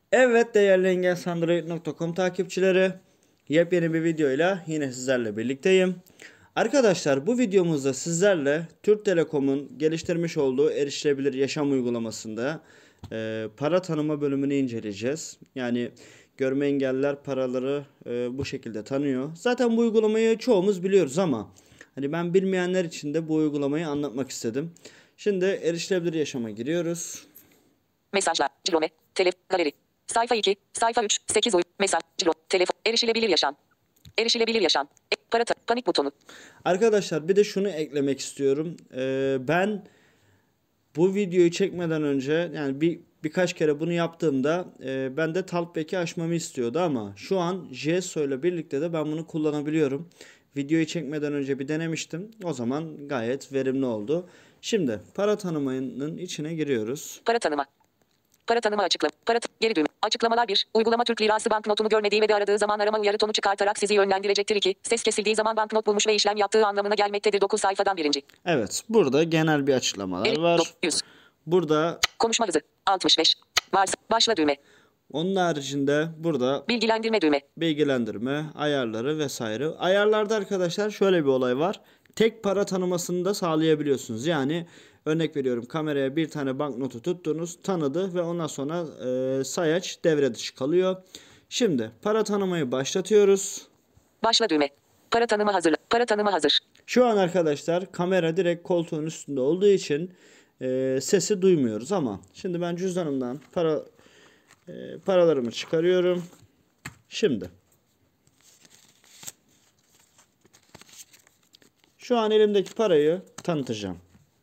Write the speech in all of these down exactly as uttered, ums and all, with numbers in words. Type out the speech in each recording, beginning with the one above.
Evet değerli engelsandroid nokta com takipçileri, yepyeni bir videoyla yine sizlerle birlikteyim. Arkadaşlar bu videomuzda sizlerle Türk Telekom'un geliştirmiş olduğu erişilebilir yaşam uygulamasında e, para tanıma bölümünü inceleyeceğiz. Yani görme engelliler paraları e, bu şekilde tanıyor. Zaten bu uygulamayı çoğumuz biliyoruz ama hani ben bilmeyenler için de bu uygulamayı anlatmak istedim. Şimdi erişilebilir yaşama giriyoruz. Mesajlar, Cilome, Telef, Galeri. Sayfa iki, sayfa üç, sekiz uy, mesaj, Cilo, telefon, erişilebilir yaşam. Erişilebilir yaşam. E, para, ta- panik butonu. Arkadaşlar bir de şunu eklemek istiyorum. Ee, ben bu videoyu çekmeden önce yani bir birkaç kere bunu yaptığımda e, ben de Talkback'i açmamı istiyordu ama şu an J S O ile birlikte de ben bunu kullanabiliyorum. Videoyu çekmeden önce bir denemiştim. O zaman gayet verimli oldu. Şimdi para tanımanın içine giriyoruz. Para tanıma. Para tanıma açıkla. Para t- geri düğme. Açıklamalar bir. Uygulama Türk lirası banknotunu görmediği ve de aradığı zaman arama uyarı tonu çıkartarak sizi yönlendirecektir. iki. Ses kesildiği zaman banknot bulmuş ve işlem yaptığı anlamına gelmektedir. dokuz sayfadan birinci. Evet, burada genel bir açıklamalar Eri, var. dok- yüz. Burada Konuşma hızı. altmış beş. Varsa. Başla düğme. onun haricinde burada Bilgilendirme düğme. bilgilendirme, ayarları vesaire. Ayarlarda arkadaşlar şöyle bir olay var. Tek para tanımasını da sağlayabiliyorsunuz. Yani örnek veriyorum, kameraya bir tane banknotu tuttunuz, tanıdı ve ondan sonra e, sayaç devre dışı kalıyor. Şimdi para tanımayı başlatıyoruz. Başla düğme. Para tanıma hazır. Para tanıma hazır. Şu an arkadaşlar kamera direkt koltuğun üstünde olduğu için e, sesi duymuyoruz ama şimdi ben cüzdanımdan para e, paralarımı çıkarıyorum. Şimdi şu an elimdeki parayı tanıtacağım.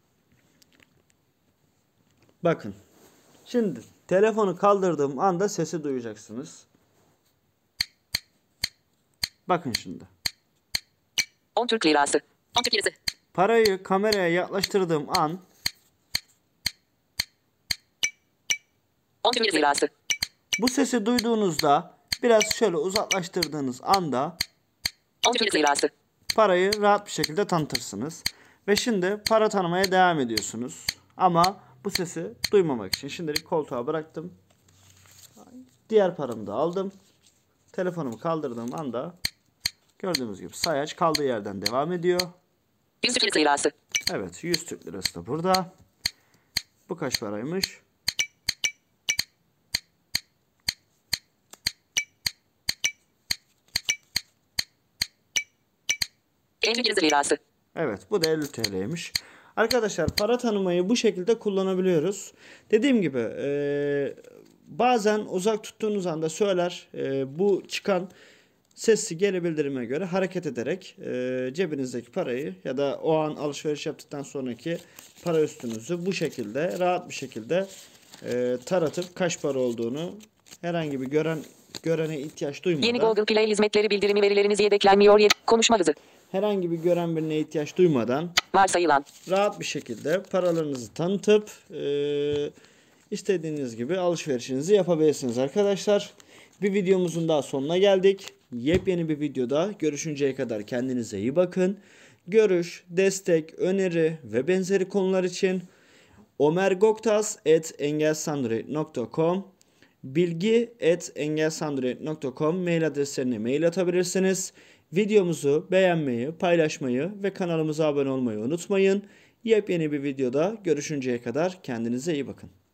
Bakın. Şimdi telefonu kaldırdığım anda sesi duyacaksınız. Bakın şimdi. on Türk lirası. on Türk lirası. Parayı kameraya yaklaştırdığım an on Türk lirası. bu sesi duyduğunuzda biraz şöyle uzaklaştırdığınız anda on Türk lirası. parayı rahat bir şekilde tanıtırsınız. Ve şimdi para tanımaya devam ediyorsunuz. Ama bu sesi duymamak için şimdilik koltuğa bıraktım. Diğer paramı da aldım. Telefonumu kaldırdığım anda gördüğünüz gibi sayaç kaldığı yerden devam ediyor. yüz Türk lirası. Evet, yüz Türk lirası da burada. Bu kaç paraymış? elli Türk lirası. Evet, bu da elli T L'ymiş. Arkadaşlar para tanımayı bu şekilde kullanabiliyoruz. Dediğim gibi e, bazen uzak tuttuğunuz anda söyler. E, bu çıkan sesli geri bildirime göre hareket ederek e, cebinizdeki parayı ya da o an alışveriş yaptıktan sonraki para üstünüzü bu şekilde rahat bir şekilde e, taratıp kaç para olduğunu herhangi bir gören görene ihtiyaç duymadan, Yeni Google Play hizmetleri bildirimi verileriniz yedeklenmiyor. Yed Konuşma hızı. herhangi bir gören birine ihtiyaç duymadan Varsayılan. rahat bir şekilde paralarınızı tanıtıp e, istediğiniz gibi alışverişinizi yapabilirsiniz arkadaşlar. Bir videomuzun daha sonuna geldik. Yepyeni bir videoda görüşünceye kadar kendinize iyi bakın. Görüş, destek, öneri ve benzeri konular için omergoktas at engelsandroid nokta com, bilgi at engelsandroid nokta com mail adreslerine mail atabilirsiniz. Videomuzu beğenmeyi, paylaşmayı ve kanalımıza abone olmayı unutmayın. Yepyeni bir videoda görüşünceye kadar kendinize iyi bakın.